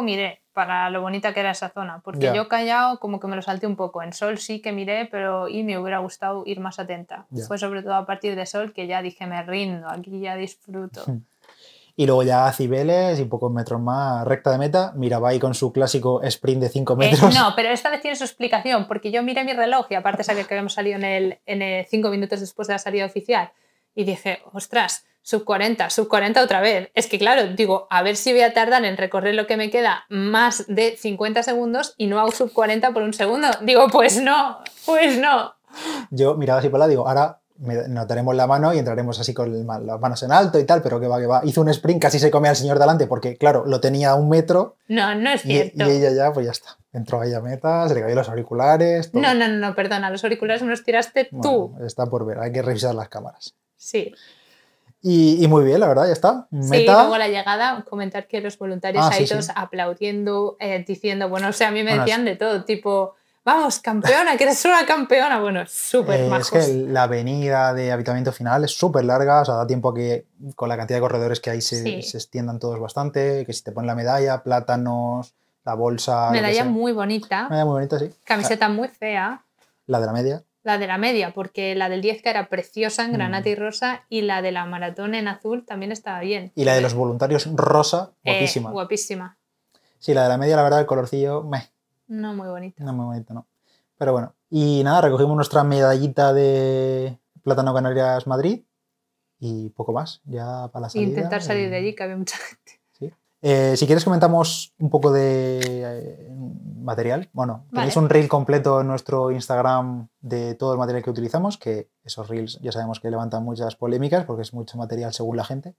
para lo bonita que era esa zona, porque Ya. yo Callao como que me lo salté un poco, en Sol sí que miré, pero y me hubiera gustado ir más atenta. Ya. Fue sobre todo a partir de Sol que ya dije, me rindo, aquí ya disfruto. Y luego ya Cibeles y pocos metros más, recta de meta, Mirabai con su clásico sprint de cinco Eh, metros. no, pero esta vez tiene su explicación, porque yo miré mi reloj y aparte sabía que habíamos salido en el, en el cinco minutos después de la salida oficial y dije, ostras, sub cuarenta, sub cuarenta otra vez. Es que claro, digo, a ver si voy a tardar en recorrer lo que me queda más de cincuenta segundos y no hago sub cuarenta por un segundo. Digo, pues no, pues no. Yo miraba así por la, digo, ahora me notaremos la mano y entraremos así con el, las manos en alto y tal, pero que va, que va. Hizo un sprint, casi se come al señor delante porque, claro, lo tenía a un metro. No, no es y, cierto. y ella ya, pues ya está. Entró ahí a meta, se le cayó los auriculares. Todo. No, no, no, no, perdona, los auriculares me los tiraste tú. Bueno, está por ver, hay que revisar las cámaras. Sí. Y, y muy bien, la verdad, ya está. Meta. Sí, luego a la llegada, comentar que los voluntarios Ah, ahí sí, todos sí. aplaudiendo, eh, diciendo, bueno, o sea, a mí me Bueno, decían de todo, tipo, vamos, campeona, que eres una campeona. Bueno, súper Eh, majos. es que la avenida de habitamiento final es súper larga, o sea, da tiempo a que con la cantidad de corredores que hay se, Sí. se extiendan todos bastante, que si te ponen la medalla, plátanos, la bolsa... lo que Medalla sea. muy bonita, Medalla muy bonita, sí. camiseta muy fea, La de la media. la de la media, porque la del diez K era preciosa en granate Mm. y rosa y la de la maratón en azul también estaba bien. Y la de los voluntarios rosa, Eh, guapísima. guapísima. Sí, la de la media, la verdad, el colorcillo, meh, No muy bonita. no muy bonito, no. Pero bueno, y nada, recogimos nuestra medallita de Plátano Canarias Madrid y poco más, ya para la salida. Intentar salir de eh, allí, que había mucha gente. Sí. Eh, si quieres comentamos un poco de eh, material. Bueno, tenéis Vale. un reel completo en nuestro Instagram de todo el material que utilizamos, que esos reels ya sabemos que levantan muchas polémicas porque es mucho material según la gente.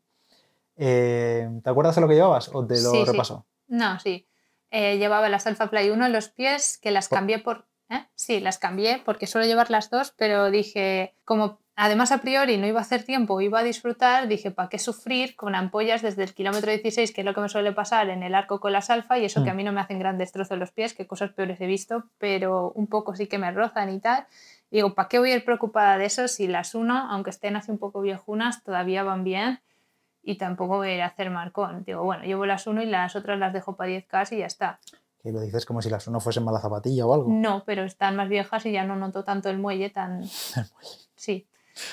Eh, ¿Te acuerdas de lo que llevabas o te lo Sí, sí. repaso? No, sí. Eh, llevaba las Alpha Fly uno en los pies, que las Por- cambié por... ¿eh? Sí, las cambié porque suelo llevar las dos, pero dije, como además a priori no iba a hacer tiempo, iba a disfrutar, dije, ¿para qué sufrir con ampollas desde el kilómetro dieciséis, que es lo que me suele pasar en el arco con las Alpha, y eso Mm. que a mí no me hacen gran destrozo en los pies, que cosas peores he visto, pero un poco sí que me rozan y tal. Y digo, ¿para qué voy a ir preocupada de eso si las uno, aunque estén así un poco viejunas, todavía van bien? Y tampoco voy a ir a hacer marcón. Digo, bueno, llevo las uno y las otras las dejo para diez K y ya está. Que lo dices como si las uno fuesen mala zapatilla o algo. No, pero están más viejas y ya no noto tanto el muelle tan... Sí.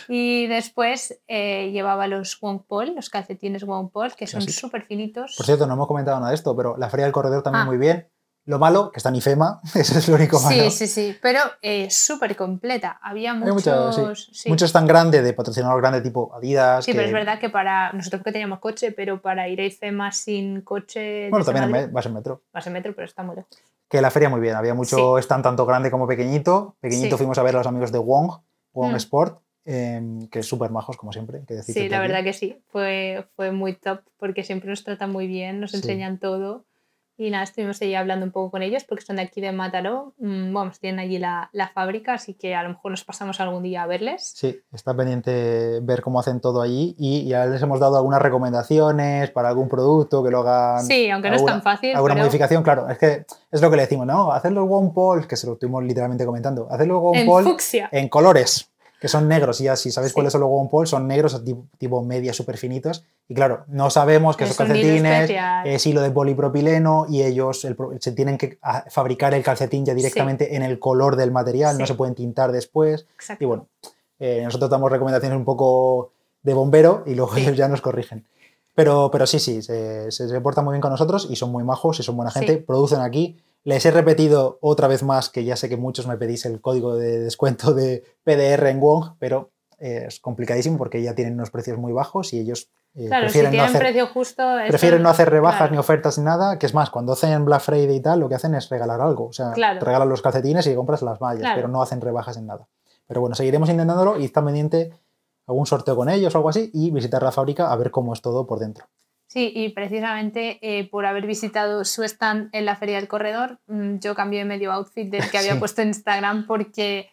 Y después eh, llevaba los Wong Paul, los calcetines Wong Paul, que son Clásico. súper finitos. Por cierto, no hemos comentado nada de esto, pero la feria del corredor también Ah. muy bien. Lo malo, que está en IFEMA, eso es lo único malo. Sí, sí, sí, pero eh, súper completa. Había Hay muchos... muchos, sí. sí. Muchos tan grandes, de patrocinador grande tipo Adidas. Sí, que... pero es verdad que para nosotros que teníamos coche, pero para ir a IFEMA sin coche... Bueno, desde también en Madrid, me- vas en metro. vas en metro, pero está muy lejos. Que la feria muy bien, había mucho Sí. stand tanto grande como pequeñito. Pequeñito Sí. fuimos a ver a los amigos de Wong, Wong Mm. Sport, eh, que súper majos, como siempre. Que decir Sí, desde la aquí. verdad que sí, fue, fue muy top porque siempre nos tratan muy bien, nos Sí. enseñan todo y nada, estuvimos ahí hablando un poco con ellos porque son de aquí de Mataró, mm, vamos, tienen allí la, la fábrica, así que a lo mejor nos pasamos algún día a verles. Sí, está pendiente ver cómo hacen todo allí y ya les hemos dado algunas recomendaciones para algún producto que lo hagan. Sí, aunque no es alguna- tan fácil, Alguna pero modificación, claro, es que es lo que le decimos, ¿no? Hacer los One Pole, que se lo estuvimos literalmente comentando, hacer los One en Pole fucsia. en colores, que son negros, y ya si sabéis Sí. cuáles son los One Pole, son negros tipo, tipo media súper finitos, y claro, no sabemos que Es esos un hilo calcetines especial. es hilo de polipropileno y ellos el pro- se tienen que a- fabricar el calcetín ya directamente en el color del material, no Sí. se pueden tintar después, Exacto. y bueno, eh, nosotros damos recomendaciones un poco de bombero y luego Sí. ellos ya nos corrigen. Pero, pero sí, sí, se, se, se portan muy bien con nosotros y son muy majos y son buena gente, Sí. producen aquí. Les he repetido otra vez más que ya sé que muchos me pedís el código de descuento de P D R en Wong, pero eh, es complicadísimo porque ya tienen unos precios muy bajos y ellos eh, Claro, si prefieren, no tienen hacer, precio justo... esto- prefieren no hacer rebajas claro. ni ofertas ni nada, que es más, cuando hacen Black Friday y tal, lo que hacen es regalar algo. O sea, Claro. te regalan los calcetines y compras las mallas, Claro. pero no hacen rebajas en nada. Pero bueno, seguiremos intentándolo y está pendiente algún sorteo con ellos o algo así y visitar la fábrica a ver cómo es todo por dentro. Sí, y precisamente eh, por haber visitado su stand en la Feria del Corredor, mm, yo cambié medio outfit del que había Sí. puesto en Instagram porque,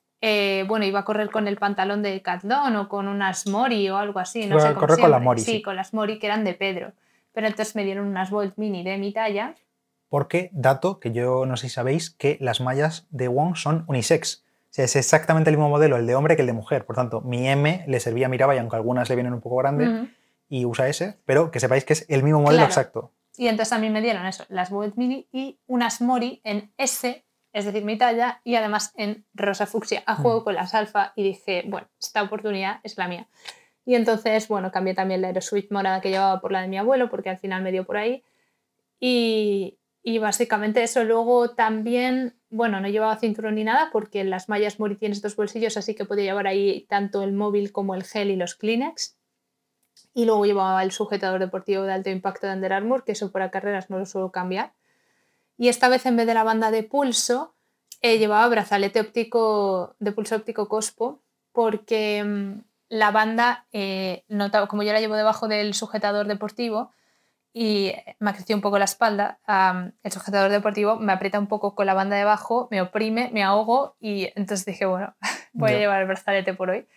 eh, bueno, iba a correr con el pantalón de Decathlon o con unas Mori o algo así, no Iba sé a cómo correr con las siempre. Mori, Sí, sí. con las Mori que eran de Pedro. Pero entonces me dieron unas Volt Mini de mi talla. Porque, dato que yo no sé si sabéis, que las mallas de Wong son unisex. O sea, es exactamente el mismo modelo, el de hombre que el de mujer. Por tanto, mi M le servía a Mirabai, aunque algunas le vienen un poco grandes, Ujú. y usa ese, pero que sepáis que es el mismo modelo Claro. exacto. Y entonces a mí me dieron eso, las Bold Mini y unas Mori en S, es decir, mi talla, y además en rosa fucsia, a juego mm. con las alfa, y dije, bueno, esta oportunidad es la mía. Y entonces, bueno, cambié también la Aeroswift morada que llevaba por la de mi abuelo, porque al final me dio por ahí. Y, y básicamente eso. Luego también, bueno, no llevaba cinturón ni nada, porque en las mallas Mori tienes dos bolsillos, así que podía llevar ahí tanto el móvil como el gel y los Kleenex. Y luego llevaba el sujetador deportivo de alto impacto de Under Armour, que eso para carreras no lo suelo cambiar. Y esta vez, en vez de la banda de pulso, eh, llevaba brazalete óptico de pulso óptico Cospo, porque mmm, la banda, eh, notaba, como yo la llevo debajo del sujetador deportivo y me ha crecido un poco la espalda, um, el sujetador deportivo me aprieta un poco con la banda debajo, me oprime, me ahogo, y entonces dije, bueno, voy yeah. a llevar el brazalete por hoy.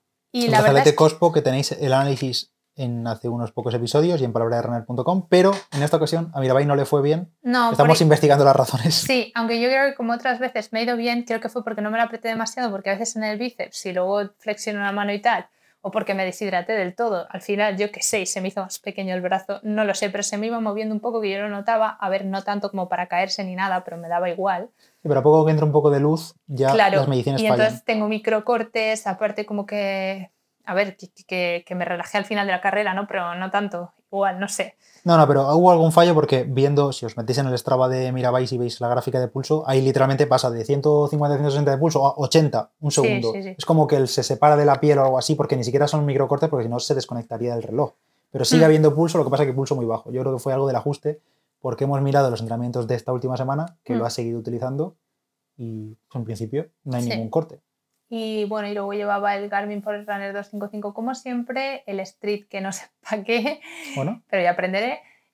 Y el la brazalete verdad es que... Cospo, que tenéis el análisis en hace unos pocos episodios y en palabra de runner punto com, pero en esta ocasión a Mirabai no le fue bien. No, Estamos por... investigando las razones. Sí, aunque yo creo que como otras veces me ha ido bien, creo que fue porque no me la apreté demasiado, porque a veces en el bíceps y luego flexiono la mano y tal, o porque me deshidraté del todo. Al final, yo qué sé, se me hizo más pequeño el brazo, no lo sé, pero se me iba moviendo un poco que yo lo notaba. A ver, no tanto como para caerse ni nada, pero me daba igual. Sí, pero a poco que entra un poco de luz, ya claro, las mediciones y fallan. Entonces tengo microcortes, aparte como que... A ver, que, que, que me relajé al final de la carrera, ¿no? Pero no tanto, igual, no sé. No, no, pero hubo algún fallo porque viendo, si os metéis en el Strava de Mirabai y veis la gráfica de pulso, ahí literalmente pasa de ciento cincuenta a ciento sesenta de pulso a ochenta, un segundo. Sí, sí, sí. Es como que él se separa de la piel o algo así, porque ni siquiera son microcortes, porque si no se desconectaría del reloj. Pero sigue mm. habiendo pulso, lo que pasa es que pulso muy bajo. Yo creo que fue algo del ajuste, porque hemos mirado los entrenamientos de esta última semana, que mm. lo ha seguido utilizando, y en principio no hay sí. ningún corte. Y bueno, y luego llevaba el Garmin Forerunner doscientos cincuenta y cinco como siempre, el Street que no sé para qué, bueno. pero ya aprenderé.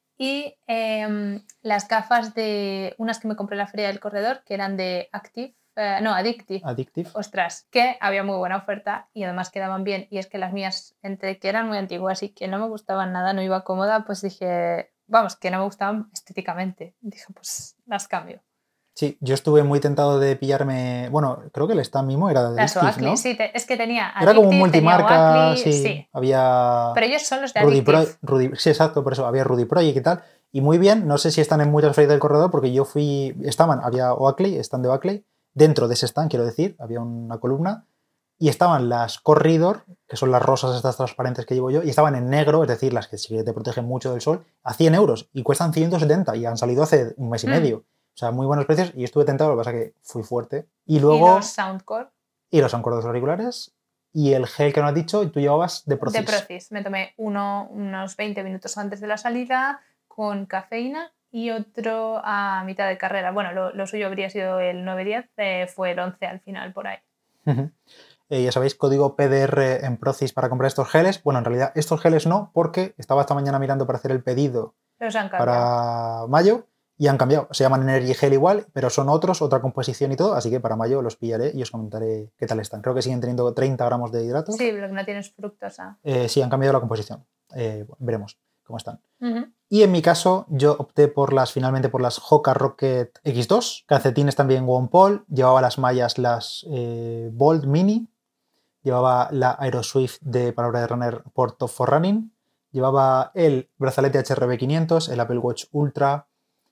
Y eh, las gafas de unas que me compré en la feria del corredor, que eran de Active, eh, no, Addictive. Addictive. Ostras, que había muy buena oferta y además quedaban bien. Y es que las mías, entre que eran muy antiguas y que no me gustaban nada, no iba cómoda, pues dije, vamos, que no me gustaban estéticamente. Dije, pues las cambio. Sí, yo estuve muy tentado de pillarme... Bueno, creo que el stand mismo era de Addictive, Addictive, ¿no? Sí, te, es que tenía Addictive, era como un multimarca, Oakley, sí, sí. Había... Pero ellos son los de Rudy Addictive. Pro, Rudy, sí, exacto, por eso había Rudy Project y tal. Y muy bien, no sé si están en muchas ferias del corredor, porque yo fui... Estaban, había Oakley, stand de Oakley, dentro de ese stand, quiero decir, había una columna, y estaban las Corridor, que son las rosas estas transparentes que llevo yo, y estaban en negro, es decir, las que sí que te protegen mucho del sol, a cien euros, y cuestan ciento setenta, y han salido hace un mes y mm. medio. O sea, muy buenos precios y estuve tentado, lo que pasa es que fui fuerte. Y luego... ¿Y los Soundcore? Y los Soundcore de los auriculares. Y el gel que no has dicho, y tú llevabas de Procis. De Procis. Me tomé uno unos veinte minutos antes de la salida con cafeína y otro a mitad de carrera. Bueno, lo, lo suyo habría sido el nueve diez, eh, fue el once al final por ahí. Uh-huh. Eh, ya sabéis, código P D R en Procis para comprar estos geles. Bueno, en realidad estos geles no, porque estaba esta mañana mirando para hacer el pedido los han para mayo. Y han cambiado, se llaman Energy Gel igual, pero son otros, otra composición y todo, así que para mayo los pillaré y os comentaré qué tal están. Creo que siguen teniendo treinta gramos de hidratos. Sí, pero que no tienes fructosa. Eh, sí, han cambiado la composición. Eh, bueno, veremos cómo están. Uh-huh. Y en mi caso, yo opté por las, finalmente por las Hoka Rocket X dos, calcetines también One-Pole, llevaba las mallas, las eh, Bold Mini, llevaba la Aeroswift de palabra de runner por Top for Running, llevaba el brazalete H R B quinientos, el Apple Watch Ultra,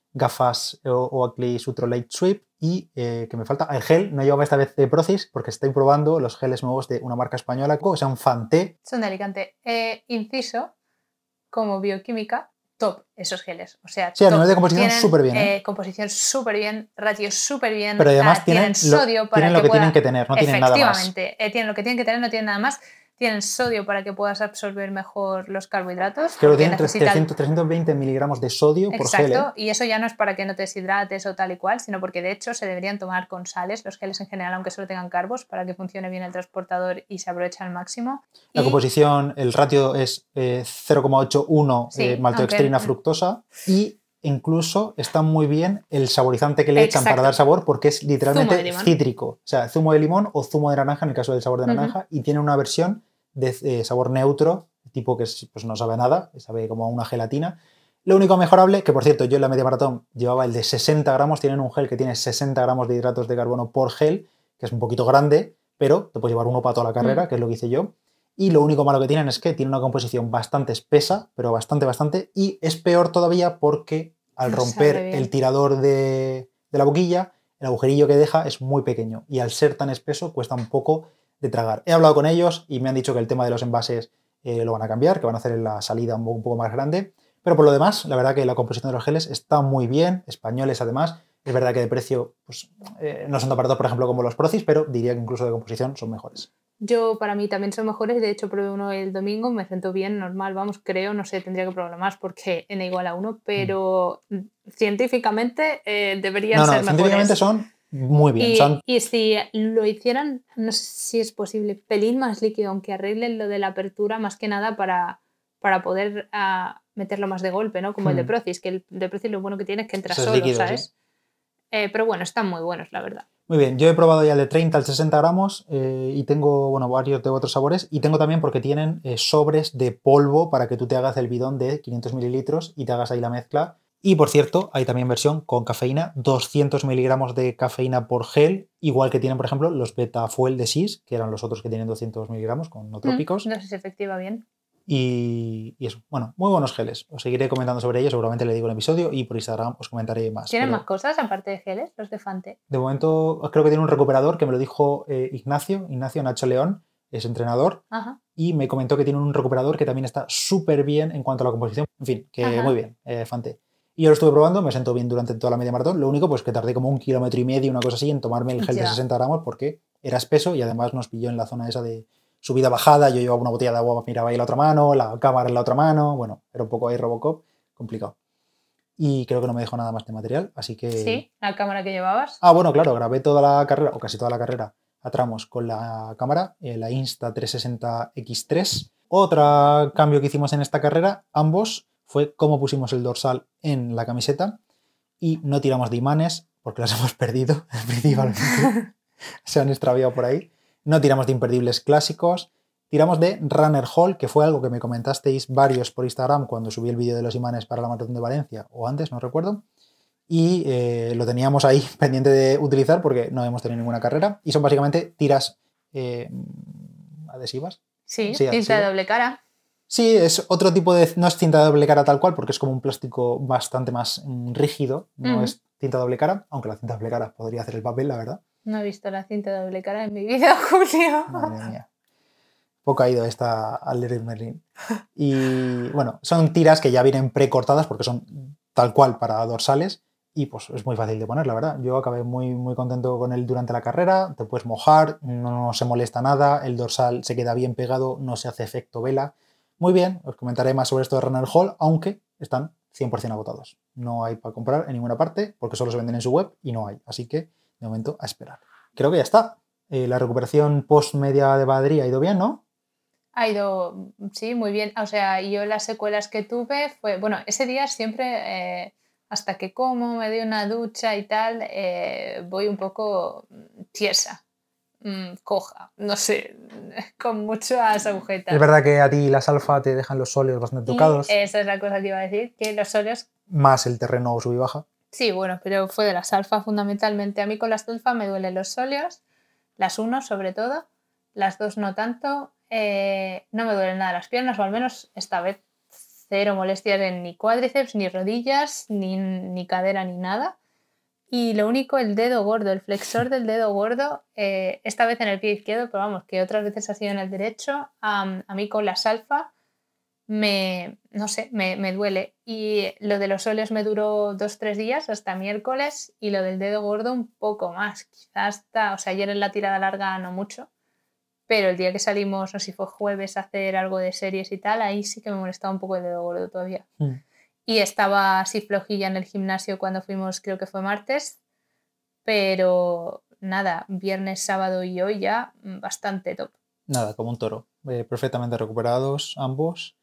gafas Oakley Sutro Light Sweep y, eh, que me falta, el gel. No llevaba esta vez de Procis porque estoy probando los geles nuevos de una marca española que se llaman Fanté. Son de Alicante. Eh, inciso, como bioquímica, top esos geles. O sea, sí, a nivel de composición súper bien. ¿eh? Eh, composición súper bien, ratio súper bien. Pero además ah, tienen, tienen sodio lo, para tienen que lo que pueda... tienen que tener, no tienen nada más. Efectivamente, eh, tienen lo que tienen que tener, no tienen nada más. Tienen sodio para que puedas absorber mejor los carbohidratos. Creo que tienen necesitan... trescientos, trescientos veinte miligramos de sodio por Exacto, gel. ¿eh? Y eso ya no es para que no te deshidrates o tal y cual, sino porque de hecho se deberían tomar con sales, los geles en general, aunque solo tengan carbos, para que funcione bien el transportador y se aproveche al máximo. La y... composición, el ratio es eh, cero coma ochenta y uno sí, eh, maltodextrina aunque... fructosa y incluso está muy bien el saborizante que le Exacto. echan para dar sabor porque es literalmente cítrico. O sea, zumo de limón o zumo de naranja en el caso del sabor de naranja uh-huh. y tiene una versión de eh, sabor neutro, tipo que pues, no sabe a nada, sabe como a una gelatina. Lo único mejorable, que por cierto yo en la media maratón llevaba el de sesenta gramos, tienen un gel que tiene sesenta gramos de hidratos de carbono por gel, que es un poquito grande, pero te puedes llevar uno para toda la carrera, mm. que es lo que hice yo. Y lo único malo que tienen es que tiene una composición bastante espesa, pero bastante, bastante. Y es peor todavía porque al No romper sabe bien. el tirador de, de la boquilla, el agujerillo que deja es muy pequeño. Y al ser tan espeso cuesta un poco de tragar. He hablado con ellos y me han dicho que el tema de los envases eh, lo van a cambiar, que van a hacer la salida un poco, un poco más grande. Pero por lo demás, la verdad que la composición de los geles está muy bien, españoles además. Es verdad que de precio pues, eh, no son tan baratos, por ejemplo, como los Procis, pero diría que incluso de composición son mejores. Yo, para mí, también son mejores. De hecho, probé uno el domingo, me sentó bien, normal, vamos, creo, no sé, tendría que probarlo más porque n igual a uno, pero mm. científicamente eh, deberían no, no, ser mejores. Científicamente son muy bien. Y, son... y si lo hicieran, no sé si es posible, pelín más líquido, aunque arreglen lo de la apertura, más que nada para, para poder uh, meterlo más de golpe, ¿no? Como hmm. el de Procis, que el de Procis lo bueno que tiene es que entra solo, líquido, ¿sabes? Sí. Eh, pero bueno, están muy buenos, la verdad. Muy bien, yo he probado ya el de treinta al sesenta gramos eh, y tengo, bueno, varios de otros sabores y tengo también porque tienen eh, sobres de polvo para que tú te hagas el bidón de quinientos mililitros y te hagas ahí la mezcla. Y por cierto, hay también versión con cafeína, doscientos miligramos de cafeína por gel, igual que tienen, por ejemplo, los Beta Fuel de Sis, que eran los otros que tienen doscientos miligramos con no trópicos. Mm, no sé si efectiva bien. Y, y eso, bueno, muy buenos geles. Os seguiré comentando sobre ellos, seguramente le digo en el episodio y por Instagram os comentaré más. ¿Tienen pero... más cosas aparte de geles, los de Fante? De momento creo que tiene un recuperador que me lo dijo eh, Ignacio, Ignacio Nacho León, es entrenador. Ajá. Y me comentó que tiene un recuperador que también está súper bien en cuanto a la composición. En fin, que Ajá. muy bien, eh, Fante. Y yo lo estuve probando, me sentó bien durante toda la media maratón. Lo único, pues que tardé como un kilómetro y medio, una cosa así, en tomarme el gel ya. de sesenta gramos porque era espeso y además nos pilló en la zona esa de subida-bajada. Yo llevaba una botella de agua, miraba ahí la otra mano, la cámara en la otra mano. Bueno, era un poco ahí Robocop, complicado. Y creo que no me dejó nada más de material, así que... Sí, la cámara que llevabas. Ah, bueno, claro, grabé toda la carrera, o casi toda la carrera, a tramos con la cámara, eh, la Insta trescientos sesenta equis tres. Otro cambio que hicimos en esta carrera, ambos, fue cómo pusimos el dorsal en la camiseta y no tiramos de imanes, porque las hemos perdido, principalmente. Se han extraviado por ahí. No tiramos de imperdibles clásicos. Tiramos de Runner Hall, que fue algo que me comentasteis varios por Instagram cuando subí el vídeo de los imanes para la Maratón de Valencia, o antes, no recuerdo. Y eh, lo teníamos ahí pendiente de utilizar porque no hemos tenido ninguna carrera. Y son básicamente tiras eh, adhesivas. Sí, sí, cinta de doble cara. Sí, es otro tipo de... No es cinta de doble cara tal cual porque es como un plástico bastante más mm, rígido. No uh-huh. es cinta de doble cara, aunque la cinta de doble cara podría hacer el papel, la verdad. No he visto la cinta de doble cara en mi vida, Julio. Madre mía. Poco ha ido esta al Leroy Merlin. Y bueno, son tiras que ya vienen precortadas porque son tal cual para dorsales y pues es muy fácil de poner, la verdad. Yo acabé muy, muy contento con él durante la carrera. Te puedes mojar, no, no se molesta nada, el dorsal se queda bien pegado, no se hace efecto vela. Muy bien, os comentaré más sobre esto de Runner Hall, aunque están cien por ciento agotados. No hay para comprar en ninguna parte porque solo se venden en su web y no hay. Así que, de momento, a esperar. Creo que ya está. Eh, la recuperación post-media de Badri ha ido bien, ¿no? Ha ido, sí, muy bien. O sea, yo las secuelas que tuve fue, bueno, ese día siempre, eh, hasta que como, me doy una ducha y tal, eh, voy un poco tiesa, mmm, coja, no sé, con muchas agujetas. Es verdad que a ti las alfa te dejan los óleos bastante tocados. Y esa es la cosa que iba a decir, que los óleos... Más el terreno sub y baja. Sí, bueno, pero fue de las alfa fundamentalmente. A mí con las alfa me duelen los óleos, las uno sobre todo, las dos no tanto. Eh, no me duelen nada las piernas, o al menos esta vez cero molestias en ni cuádriceps, ni rodillas, ni, ni cadera, ni nada. Y lo único, el dedo gordo, el flexor del dedo gordo, eh, esta vez en el pie izquierdo, pero vamos, que otras veces ha sido en el derecho, um, a mí con las alfa me, no sé, me, me duele. Y lo de los óleos me duró dos, tres días, hasta miércoles, y lo del dedo gordo un poco más, quizás hasta, o sea, ayer en la tirada larga no mucho. Pero el día que salimos, no sé si fue jueves, a hacer algo de series y tal, ahí sí que me molestaba un poco el dedo gordo todavía. Mm. Y estaba así flojilla en el gimnasio cuando fuimos, creo que fue martes. Pero nada, viernes, sábado y hoy ya bastante top. Nada, como un toro. Eh, perfectamente recuperados ambos.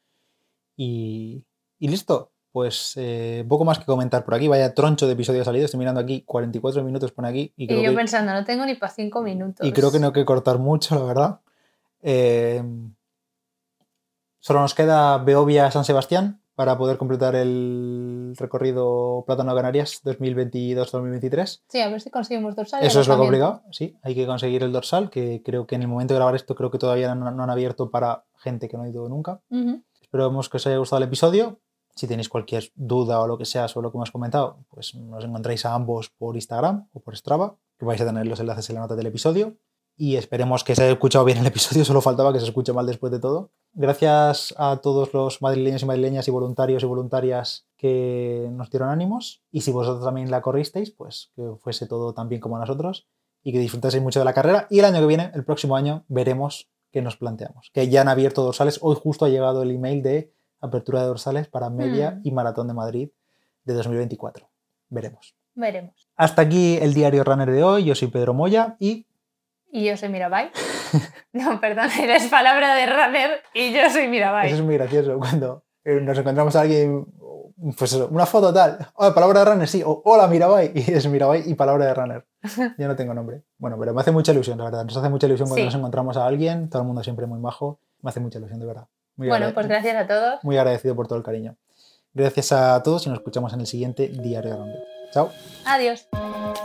Y, y listo. Pues eh, poco más que comentar por aquí. Vaya troncho de episodios salidos. Estoy mirando aquí, cuarenta y cuatro minutos por aquí. Y, creo y yo que, pensando, no tengo ni para cinco minutos. Y creo que no hay que cortar mucho, la verdad. Eh, solo nos queda Beovia San Sebastián para poder completar el el recorrido Plátano Canarias dos mil veintidós dos mil veintitrés. Sí, a ver si conseguimos dorsal. Eso es lo complicado, sí. Hay que conseguir el dorsal, que creo que en el momento de grabar esto creo que todavía no, no han abierto para gente que no ha ido nunca. Uh-huh. Esperamos que os haya gustado el episodio. Si tenéis cualquier duda o lo que sea sobre lo que hemos comentado, pues nos encontráis a ambos por Instagram o por Strava, que vais a tener los enlaces en la nota del episodio. Y esperemos que se haya escuchado bien el episodio, solo faltaba que se escuche mal después de todo. Gracias a todos los madrileños y madrileñas y voluntarios y voluntarias que nos dieron ánimos. Y si vosotros también la corristeis, pues que fuese todo tan bien como nosotros y que disfrutaseis mucho de la carrera. Y el año que viene, el próximo año, veremos qué nos planteamos. Que ya han abierto dorsales. Hoy justo ha llegado el email de apertura de dorsales para media mm. y maratón de Madrid de dos mil veinticuatro. Veremos. Veremos. Hasta aquí el diario runner de hoy. Yo soy Pedro Moya y... Y yo soy Mirabai. No, perdón, eres palabra de runner y yo soy Mirabai. Eso es muy gracioso cuando nos encontramos a alguien, pues eso, una foto tal. Oh, palabra de runner, sí. O hola Mirabai. Y es Mirabai y palabra de runner. Yo no tengo nombre. Bueno, pero me hace mucha ilusión, la verdad. Nos hace mucha ilusión cuando sí. nos encontramos a alguien. Todo el mundo siempre muy majo. Me hace mucha ilusión, de verdad. Muy bueno, pues gracias a todos. Muy agradecido por todo el cariño. Gracias a todos y nos escuchamos en el siguiente Diario de Runner. Chao. Adiós.